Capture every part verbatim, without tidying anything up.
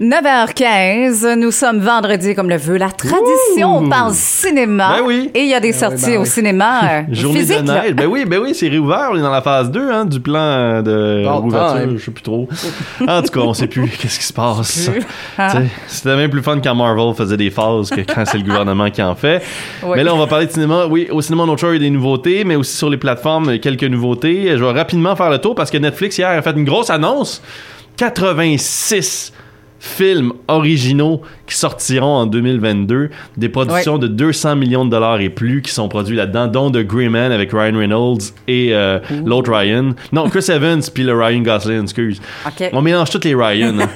neuf heures quinze, nous sommes vendredi comme le veut la tradition. Ouh. On parle cinéma. Ben oui. Et il y a des sorties ben oui, ben oui. au cinéma euh, Journée physique, de neige. Ben oui, ben oui, c'est réouvert. On est dans la phase deux hein, du plan de oh, rouverture. Je sais plus trop. En tout cas, on sait plus qu'est-ce qui se passe. Ah. C'était même plus fun quand Marvel faisait des phases que quand c'est le gouvernement qui en fait. Oui. Mais là, on va parler de cinéma. Oui, au cinéma No Show, il y a des nouveautés, mais aussi sur les plateformes, quelques nouveautés. Je vais rapidement faire le tour parce que Netflix, hier, a fait une grosse annonce. quatre-vingt-six films originaux qui sortiront en deux mille vingt-deux, des productions ouais. de deux cents millions de dollars et plus qui sont produits là-dedans, dont The Gray Man avec Ryan Reynolds et euh, l'autre Ryan. Non, Chris Evans puis le Ryan Gosling, excuse. Okay. On mélange tous les Ryan. Hein.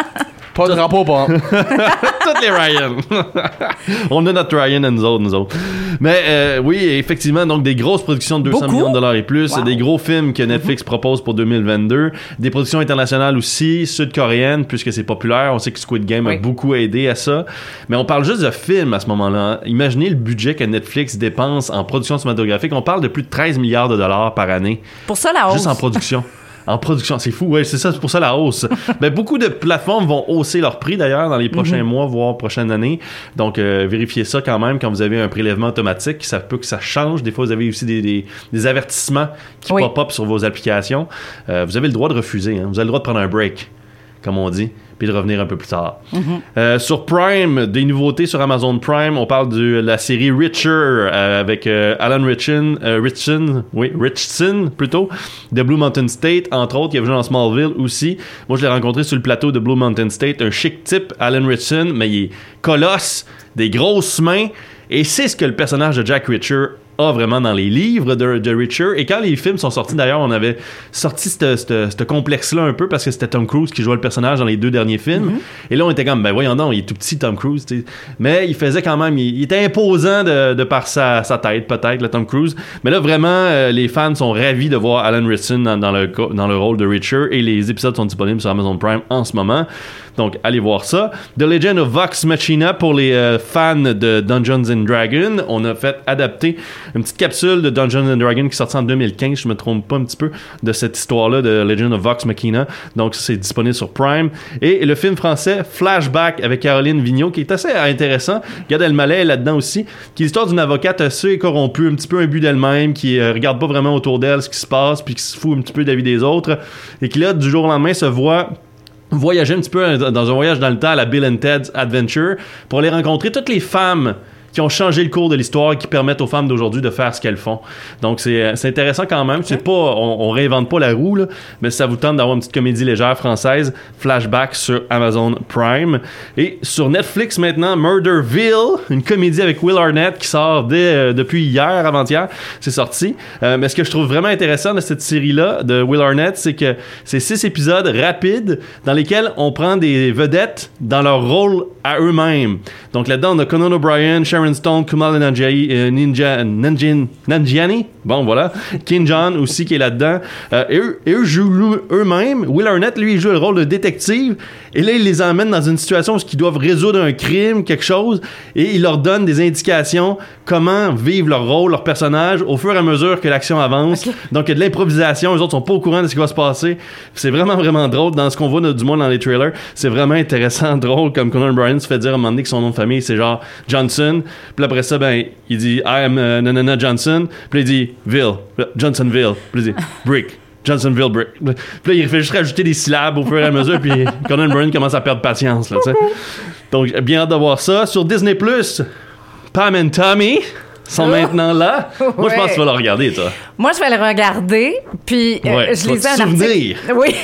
Pas de drapeau, pas. Toutes les Ryan. On a notre Ryan et nous autres, nous autres. Mais euh, oui, effectivement, donc des grosses productions de deux cents millions de dollars et plus, wow. des gros films que Netflix mm-hmm. propose pour deux mille vingt-deux, des productions internationales aussi, sud-coréennes, puisque c'est populaire. On sait que Squid Game oui. a beaucoup aidé à ça. Mais on parle juste de films à ce moment-là. Imaginez le budget que Netflix dépense en production cinématographique. On parle de plus de treize milliards de dollars par année. Pour ça, la hausse. Juste en production. En production, c'est fou, ouais, c'est ça, c'est pour ça la hausse. Ben, beaucoup de plateformes vont hausser leur prix d'ailleurs dans les prochains mm-hmm. mois, voire prochaines années. Donc, euh, vérifiez ça quand même quand vous avez un prélèvement automatique. Ça peut que ça change. Des fois, vous avez aussi des, des, des avertissements qui oui. pop-up sur vos applications. Euh, vous avez le droit de refuser. Hein. Vous avez le droit de prendre un break, comme on dit, puis de revenir un peu plus tard. Mm-hmm. Euh, sur Prime, des nouveautés sur Amazon Prime, on parle de la série Richer euh, avec euh, Alan Richardson, euh, Richardson, oui, Richardson plutôt, de Blue Mountain State, entre autres, qui a joué dans Smallville aussi. Moi, je l'ai rencontré sur le plateau de Blue Mountain State, un chic type, Alan Richardson, mais il est colosse, des grosses mains, et c'est ce que le personnage de Jack Reacher a vraiment dans les livres de, de Reacher. Et quand les films sont sortis, d'ailleurs, on avait sorti ce complexe-là un peu parce que c'était Tom Cruise qui jouait le personnage dans les deux derniers films. Mm-hmm. Et là, on était comme, ben voyons non, il est tout petit, Tom Cruise. T'sais. Mais il faisait quand même, il, il était imposant de, de par sa, sa tête, peut-être, le Tom Cruise. Mais là, vraiment, euh, les fans sont ravis de voir Alan Richardson dans, dans, le, dans le rôle de Reacher. Et les épisodes sont disponibles sur Amazon Prime en ce moment. Donc, allez voir ça. The Legend of Vox Machina pour les euh, fans de Dungeons and Dragons. On a fait adapter une petite capsule de Dungeons and Dragons qui est sortie en deux mille quinze, je me trompe pas un petit peu, de cette histoire-là de Legend of Vox Machina. Donc, ça, c'est disponible sur Prime. Et le film français Flashback avec Caroline Vigneault, qui est assez intéressant. Gad Elmaleh est là-dedans aussi, qui est l'histoire d'une avocate assez corrompue, un petit peu imbu d'elle-même, qui euh, regarde pas vraiment autour d'elle ce qui se passe, puis qui se fout un petit peu de la vie des autres, et qui, là, du jour au lendemain, se voit voyager un petit peu dans un voyage dans le temps à la Bill and Ted's Adventure pour aller rencontrer toutes les femmes qui ont changé le cours de l'histoire et qui permettent aux femmes d'aujourd'hui de faire ce qu'elles font. Donc, c'est, c'est intéressant quand même. Okay. C'est pas, on, on réinvente pas la roue, là, mais ça vous tente d'avoir une petite comédie légère française, Flashback sur Amazon Prime. Et sur Netflix maintenant, Murderville, une comédie avec Will Arnett qui sort dès, euh, depuis hier, avant-hier, c'est sorti. Euh, mais ce que je trouve vraiment intéressant de cette série-là, de Will Arnett, c'est que c'est six épisodes rapides dans lesquels on prend des vedettes dans leur rôle à eux-mêmes. Donc là-dedans, on a Conan O'Brien, Sharon Stone, Kumail Nanjiani, euh, Ninja, Nanjin, Nanjiani, bon voilà, King John aussi qui est là-dedans. Euh, et, eux, et eux jouent eux-mêmes. Will Arnett, lui, il joue le rôle de détective. Et là, il les emmène dans une situation où ils doivent résoudre un crime, quelque chose, et il leur donne des indications comment vivre leur rôle, leur personnage, au fur et à mesure que l'action avance. Okay. Donc, il y a de l'improvisation. Les autres sont pas au courant de ce qui va se passer. C'est vraiment, vraiment drôle dans ce qu'on voit du moins dans les trailers. C'est vraiment intéressant, drôle, comme Conan O'Brien se fait dire à un moment donné que son nom de famille, c'est genre Johnson. Puis après ça, ben, il dit I am uh, nanana Johnson. Puis il dit Ville, Johnsonville. Puis il dit Brick. Johnsonville Brick. Puis là, il fait juste rajouter des syllabes au fur et à mesure, puis Conan O'Brien commence à perdre patience, là, tu sais. Donc, bien hâte de voir ça. Sur Disney plus, Pam and Tommy sont oh. maintenant là. Moi, ouais. je pense que tu vas le regarder, toi. Moi, je vais le regarder, puis euh, ouais, je lisais un article. Oui,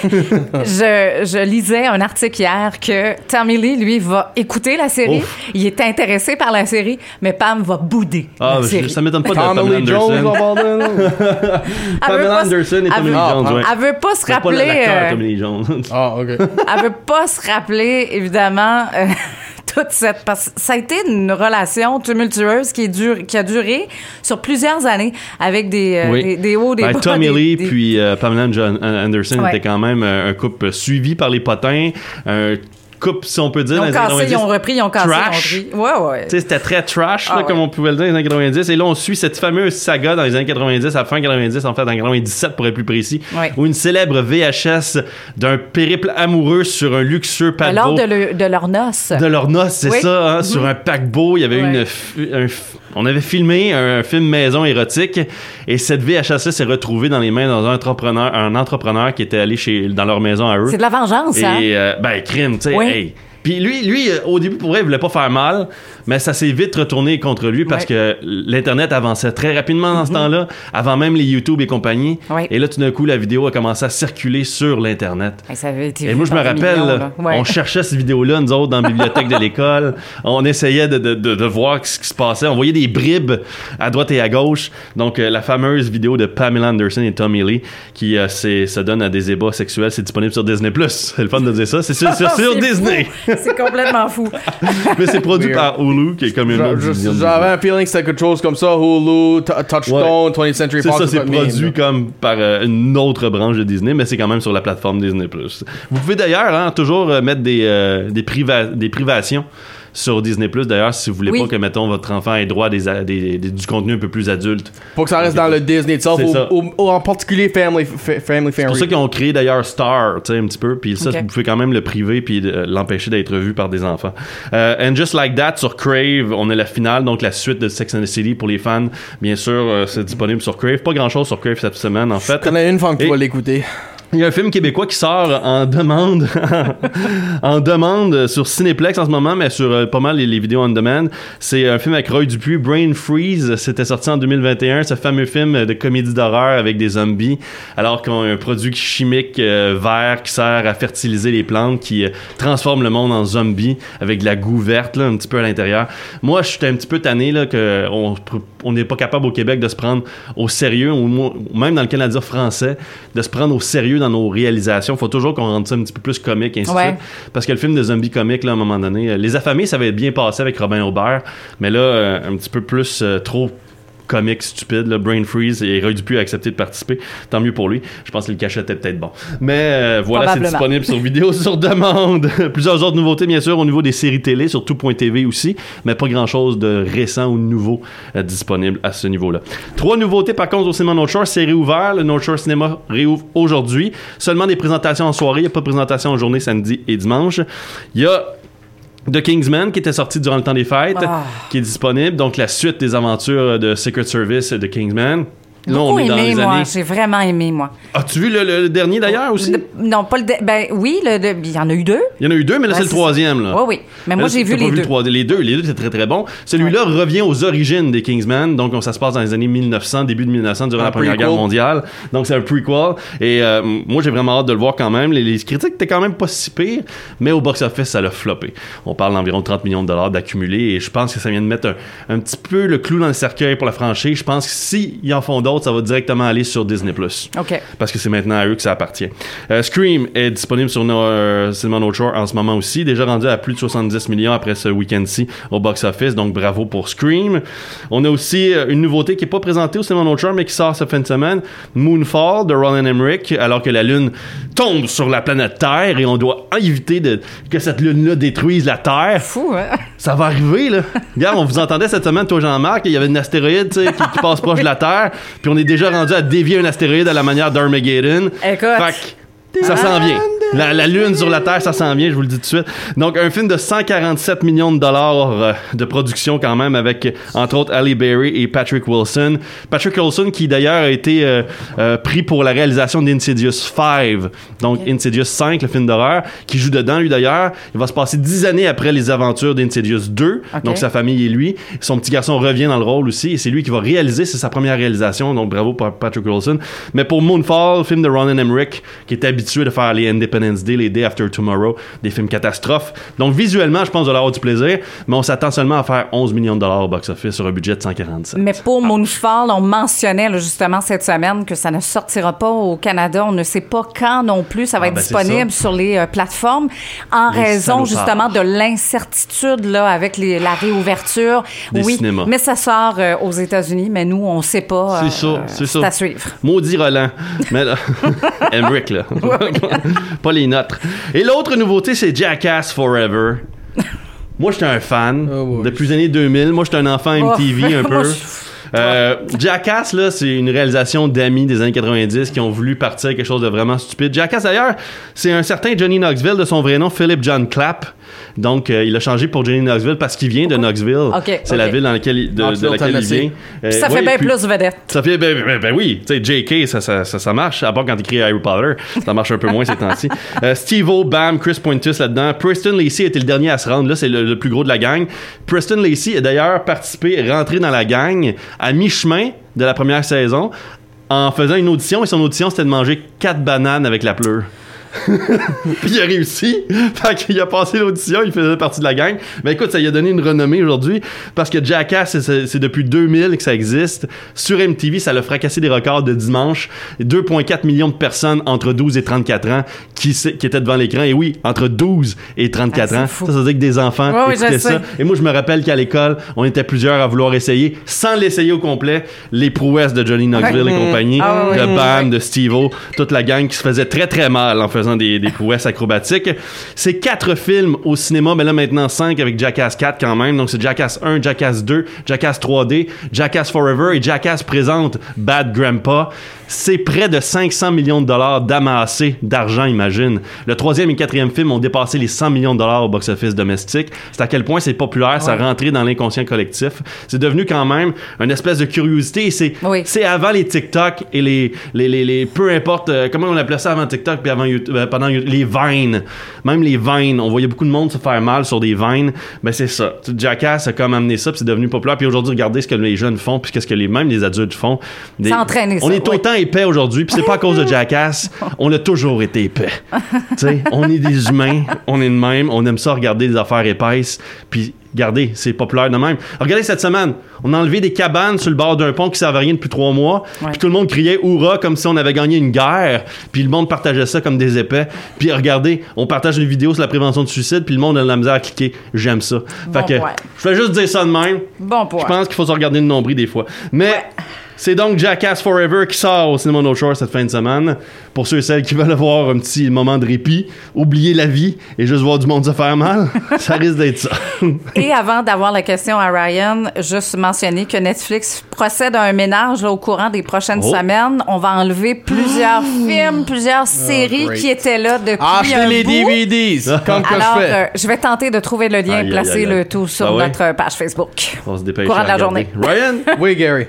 je, je lisais un article hier que Tommy Lee, lui, va écouter la série. Ouf. Il est intéressé par la série, mais Pam va bouder ah, la série. Ça m'étonne pas de Pamela Anderson. Pamela Anderson et Tommy Lee Jones, ouais. Elle veut pas se rappeler... Pas l'acteur Tommy Lee Jones. Ah, OK. Elle veut pas se rappeler, évidemment... Euh, toute cette parce que ça a été une relation tumultueuse qui est dur, qui a duré sur plusieurs années avec des euh, oui. des, des hauts des ben, bas. Tommy des, Lee des... puis euh, Pamela John Anderson ouais. étaient quand même un couple suivi par les potins, un coupe, si on peut dire. Ils ont dans les cassé, quatre-vingt-dix. ils ont repris, ils ont cassé, Trash. ils ont repris. Ouais, ouais. Tu sais, c'était très trash, Ah, là, ouais. comme on pouvait le dire dans les années quatre-vingt-dix. Et là, on suit cette fameuse saga dans les années quatre-vingt-dix, à la fin quatre-vingt-dix, en fait, en quatre-vingt-dix-sept pour être plus précis, Ouais. où une célèbre V H S d'un périple amoureux sur un luxueux paquebot. Lors de, le, de leurs noces. De leurs noces, c'est Oui. ça, hein, sur un paquebot. Il y avait Ouais. une, f- un f- on avait filmé un film maison érotique et cette V H S s'est retrouvée dans les mains d'un entrepreneur, un entrepreneur qui était allé chez, dans leur maison à eux. C'est de la vengeance, Et, hein? euh, ben, crime, tu sais, Oui. hey. Puis lui, lui, euh, au début, pour vrai, il voulait pas faire mal, mais ça s'est vite retourné contre lui parce Ouais. que l'Internet avançait très rapidement dans ce temps-là, avant même les YouTube et compagnie. Ouais. Et là, tout d'un coup, la vidéo a commencé à circuler sur l'Internet. Hey, ça avait été Et vu moi, je me par des rappelle, millions, là. Ouais. on cherchait cette vidéo-là, nous autres, dans la bibliothèque de l'école. On essayait de, de, de, de voir ce qui se passait. On voyait des bribes à droite et à gauche. Donc, euh, la fameuse vidéo de Pamela Anderson et Tommy Lee qui euh, c'est- se donne à des ébats sexuels, c'est disponible sur Disney+. C'est le fun de dire ça. C'est sur, sur, sur C'est Disney. fou. C'est complètement fou. Mais c'est produit Weird. par Hulu, qui est comme une J'a- autre j'a- division de J'avais Disney. un feeling que c'était quelque chose comme ça, Hulu, T- Touchstone, twentieth Century C'est Fox. ça, c'est pas de meme, produit là. comme par euh, une autre branche de Disney, mais c'est quand même sur la plateforme Disney+. Vous pouvez d'ailleurs hein, toujours euh, mettre des, euh, des, priva- des privations sur Disney+, d'ailleurs, si vous voulez Oui. pas que, mettons, votre enfant ait droit à des, a- des- des- du contenu un peu plus adulte. Faut que ça reste dans le Disney itself, C'est ça. ou, ou- ou en particulier Family, fa- family C'est pour Friendly. ça qu'ils ont créé d'ailleurs Star, tu sais, un petit peu, puis ça, Ok. vous pouvez quand même le priver puis euh, l'empêcher d'être vu par des enfants. Euh, and Just Like That, sur Crave, on a la finale, donc la suite de Sex and the City pour les fans. Bien sûr, euh, c'est disponible sur Crave. Pas grand-chose sur Crave cette semaine, en fait. Je connais une femme qui Et- va l'écouter. Il y a un film québécois qui sort en demande en demande sur Cinéplex en ce moment, mais sur euh, pas mal les, les vidéos on demand. C'est un film avec Roy Dupuis, Brain Freeze. C'était sorti en deux mille vingt et un, ce fameux film de comédie d'horreur avec des zombies, alors qu'on a un produit chimique euh, vert qui sert à fertiliser les plantes, qui euh, transforme le monde en zombie avec de la goût verte là, un petit peu à l'intérieur. Moi, je suis un petit peu tanné là, que on on n'est pas capable au Québec de se prendre au sérieux, ou mo- même dans le Canada français, de se prendre au sérieux dans nos réalisations. Faut toujours qu'on rende ça un petit peu plus comique, ainsi Ouais. de suite. Parce que le film de zombie comique, là, à un moment donné, euh, Les Affamés, ça va être bien passé avec Robin Aubert, mais là, euh, un petit peu plus euh, trop comique stupide, là, Brain Freeze, et Roy Dupuis a accepté de participer. Tant mieux pour lui. Je pense que le cachet était peut-être bon. Mais euh, voilà, c'est Probablement. disponible sur vidéo sur demande. Plusieurs autres nouveautés, bien sûr, au niveau des séries télé, sur tout point T V aussi, mais pas grand-chose de récent ou de nouveau euh, disponible à ce niveau-là. Trois nouveautés, par contre, au cinéma North Shore, c'est réouvert. Le North Shore Cinéma réouvre aujourd'hui. Seulement des présentations en soirée. Il n'y a pas de présentation en journée, samedi et dimanche. Il y a The Kingsman qui était sorti durant le temps des fêtes, Ah. qui est disponible. Donc, la suite des aventures de Secret Service de Kingsman. Là, Beaucoup on est dans aimé, les moi. années... J'ai vraiment aimé, moi. As-tu vu le, le- le dernier d'ailleurs aussi? Le- non, pas le... de- Ben oui, le, de- il y en a eu deux. Il y en a eu deux, mais là, Ouais, c'est le c'est troisième. Là. Oui, oui. Mais moi, Là, j'ai t'as vu pas les deux. le trois- les deux. Les deux, c'est très, très bon. Celui-là revient aux origines des Kingsman. Donc, on- ça se passe dans les années mille neuf cents, début de mille neuf cents, durant Un la Première prequel. Guerre mondiale. Donc, c'est un prequel. Et euh, moi, j'ai vraiment hâte de le voir quand même. Les, les critiques étaient quand même pas si pires, mais au box-office, ça l'a floppé. On parle d'environ trente millions de dollars d'accumulés et je pense que ça vient de mettre un, un petit peu le clou dans le cercueil pour la franchise. Je pense que s'ils en font d'autres, ça va directement aller sur Disney+. OK. Parce que c'est maintenant à eux que ça appartient. Euh, Scream est disponible sur nos euh, Cinema North Shore en ce moment aussi, déjà rendu à plus de soixante-dix millions après ce week-end-ci au box-office, donc bravo pour Scream. On a aussi euh, une nouveauté qui n'est pas présentée au Cinema North Shore, mais qui sort cette fin de semaine, Moonfall de Roland Emmerich, alors que la Lune tombe sur la planète Terre et on doit éviter de, que cette Lune-là détruise la Terre. Fou, hein? Ça va arriver, là. Regarde, on vous entendait cette semaine, toi, Jean-Marc, il y avait une astéroïde, tu sais, qui, qui passe proche de la Terre, puis on est déjà rendu à dévier un astéroïde à la manière d'Armageddon. Écoute. Fait que ça s'en vient. La, la Lune sur la Terre, ça s'en vient, je vous le dis tout de suite. Donc, un film de cent quarante-sept millions de dollars euh, de production quand même, avec, entre autres, Halle Berry et Patrick Wilson. Patrick Wilson, qui d'ailleurs a été euh, euh, pris pour la réalisation d'Insidious cinq. Donc, Okay. Insidious cinq, le film d'horreur, qui joue dedans, lui d'ailleurs. Il va se passer dix années après les aventures d'Insidious deux. Okay. Donc, sa famille et lui. Son petit garçon revient dans le rôle aussi, et c'est lui qui va réaliser. C'est sa première réalisation, donc bravo pour Patrick Wilson. Mais pour Moonfall, film de Roland Emmerich, qui est habitué de faire les Independence Day, les Day After Tomorrow, des films catastrophes. Donc, visuellement, je pense que vous allez avoir du plaisir, mais on s'attend seulement à faire onze millions de dollars au box-office sur un budget de cent quarante-sept. Mais pour Moonfall, on mentionnait là, justement cette semaine que ça ne sortira pas au Canada. On ne sait pas quand non plus ça va Ah, être ben, c'est disponible ça. sur les euh, plateformes en Les raison salopards. justement de l'incertitude là avec les, la réouverture. Des oui, cinémas. mais ça sort euh, aux États-Unis, mais nous on ne sait pas. C'est euh, ça, c'est c'est ça. à suivre. Maudit Roland. Mais là, Emmerich, là. Pas pas les nôtres. Et l'autre nouveauté, c'est Jackass Forever. Moi, j'étais un fan oh, depuis les années deux mille. Moi, j'étais un enfant M T V un peu. Euh, Jackass, là, c'est une réalisation d'amis des années quatre-vingt-dix qui ont voulu partir quelque chose de vraiment stupide. Jackass, d'ailleurs, c'est un certain Johnny Knoxville, de son vrai nom, Philip John Clapp. Donc, euh, il a changé pour Johnny Knoxville parce qu'il vient de Knoxville. Okay, c'est okay. la ville dans laquelle il, de, de laquelle il vient. Euh, ça fait ouais, bien puis, plus vedette. Ça fait, ben, ben, ben oui. Tu sais, J K, ça, ça, ça, ça marche. À part quand il écrit Harry Potter, ça marche un peu moins ces temps-ci. Euh, Steve-O, Bam, Chris Pointus là-dedans. Preston Lacey était le dernier à se rendre. Là, c'est le, le plus gros de la gang. Preston Lacey a d'ailleurs participé, rentré dans la gang à mi-chemin de la première saison en faisant une audition. Et son audition, c'était de manger quatre bananes avec la pleure. Puis il a réussi. Fait qu'il a passé l'audition, il faisait partie de la gang. Mais écoute, ça lui a donné une renommée aujourd'hui parce que Jackass, c'est, c'est, c'est depuis deux mille que ça existe. Sur M T V, ça l'a fracassé des records de dimanche. deux virgule quatre millions de personnes entre douze et trente-quatre ans qui, qui étaient devant l'écran. Et oui, entre douze et trente-quatre ah, ans. Fou. Ça, ça veut dire que des enfants ouais, écoutaient oui, ça. Sais. Et moi, je me rappelle qu'à l'école, on était plusieurs à vouloir essayer, sans l'essayer au complet, les prouesses de Johnny Knoxville ouais. et compagnie, ah, de oui, Bam, oui. de Steve-O, toute la gang qui se faisait très très mal en faisant faisant des, des prouesses acrobatiques. C'est quatre films au cinéma, mais là maintenant cinq avec Jackass quatre quand même. Donc c'est Jackass un, Jackass deux, Jackass trois D, Jackass Forever et Jackass présente Bad Grandpa. C'est près de cinq cents millions de dollars d'amassés d'argent, imagine. Le troisième et quatrième film ont dépassé les cent millions de dollars au box-office domestique. C'est à quel point c'est populaire, ouais. Ça rentré dans l'inconscient collectif. C'est devenu quand même une espèce de curiosité. Et c'est, oui. c'est avant les TikTok et les, les, les, les peu importe, euh, comment on appelait ça avant TikTok puis avant YouTube, euh, pendant YouTube, les Vines. Même les Vines, on voyait beaucoup de monde se faire mal sur des Vines. Ben c'est ça. Jackass a comme amené ça puis c'est devenu populaire. Puis aujourd'hui, regardez ce que les jeunes font puis qu'est-ce que les, même les adultes font. Des, S'entraîner ça. On est oui. autant épais aujourd'hui, puis c'est pas à cause de Jackass, on a toujours été épais. T'sais, on est des humains, on est de même, on aime ça regarder des affaires épaisses, puis regardez, c'est populaire de même. Regardez cette semaine, on a enlevé des cabanes sur le bord d'un pont qui servait à rien depuis trois mois, ouais. Puis tout le monde criait « Hourra » comme si on avait gagné une guerre, puis le monde partageait ça comme des épais. Puis regardez, on partage une vidéo sur la prévention du suicide, puis le monde a de la misère à cliquer « J'aime ça ». Fait bon que, je fais juste dire ça de même. Bon point. Je pense qu'il faut se regarder le nombril des fois. Mais... Ouais. C'est donc Jackass Forever qui sort au cinéma No Shore cette fin de semaine. Pour ceux et celles qui veulent avoir un petit moment de répit, oublier la vie et juste voir du monde se faire mal, ça risque d'être ça. Et avant d'avoir la question à Ryan, juste mentionner que Netflix procède à un ménage là, au courant des prochaines oh. semaines. On va enlever plusieurs films, plusieurs séries oh, qui étaient là depuis Achetez un les bout. D V Ds, comme que Alors, je fais. Euh, je vais tenter de trouver le lien et placer aïe, aïe, aïe. le tout sur ah ouais? notre page Facebook. On se dépêche courant de la journée. Ryan? Oui, Gary.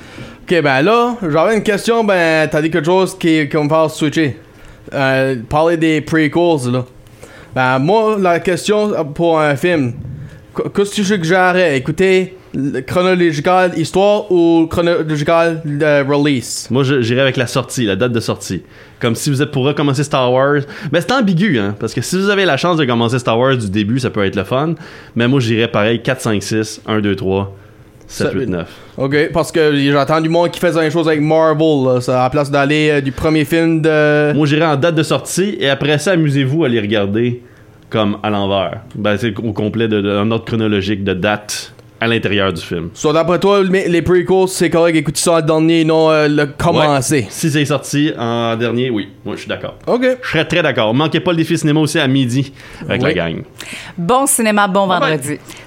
Ok, ben là, j'avais une question, ben, t'as dit quelque chose qui, qui me fait switcher. Euh, parler des prequels, là. Ben, moi, la question pour un film, qu'est-ce que tu suggérerais? Écouter chronological histoire ou chronological euh, release? Moi, j'irais avec la sortie, la date de sortie. Comme si vous êtes pour recommencer Star Wars. Ben, c'est ambigu, hein. Parce que si vous avez la chance de commencer Star Wars du début, ça peut être le fun. Mais moi, j'irais pareil, quatre, cinq, six, un, deux, trois. sept, huit, neuf. Ok, parce que j'ai entendu du monde qui faisait une chose avec Marvel, là, ça, à la place d'aller euh, du premier film de... Moi, j'irai en date de sortie, et après ça, amusez-vous à les regarder comme à l'envers. Ben, c'est au complet d'un de, de, ordre chronologique de date à l'intérieur du film. Soit so, d'après toi, les, les prequels, c'est correct d'écouter ça en dernier, non euh, le commencer. Ouais. Si c'est sorti en dernier, oui. Moi, je suis d'accord. Ok. Je serais très d'accord. Manquez pas le défi cinéma aussi à midi avec oui. la gang. Bon cinéma, bon vendredi. Bye bye.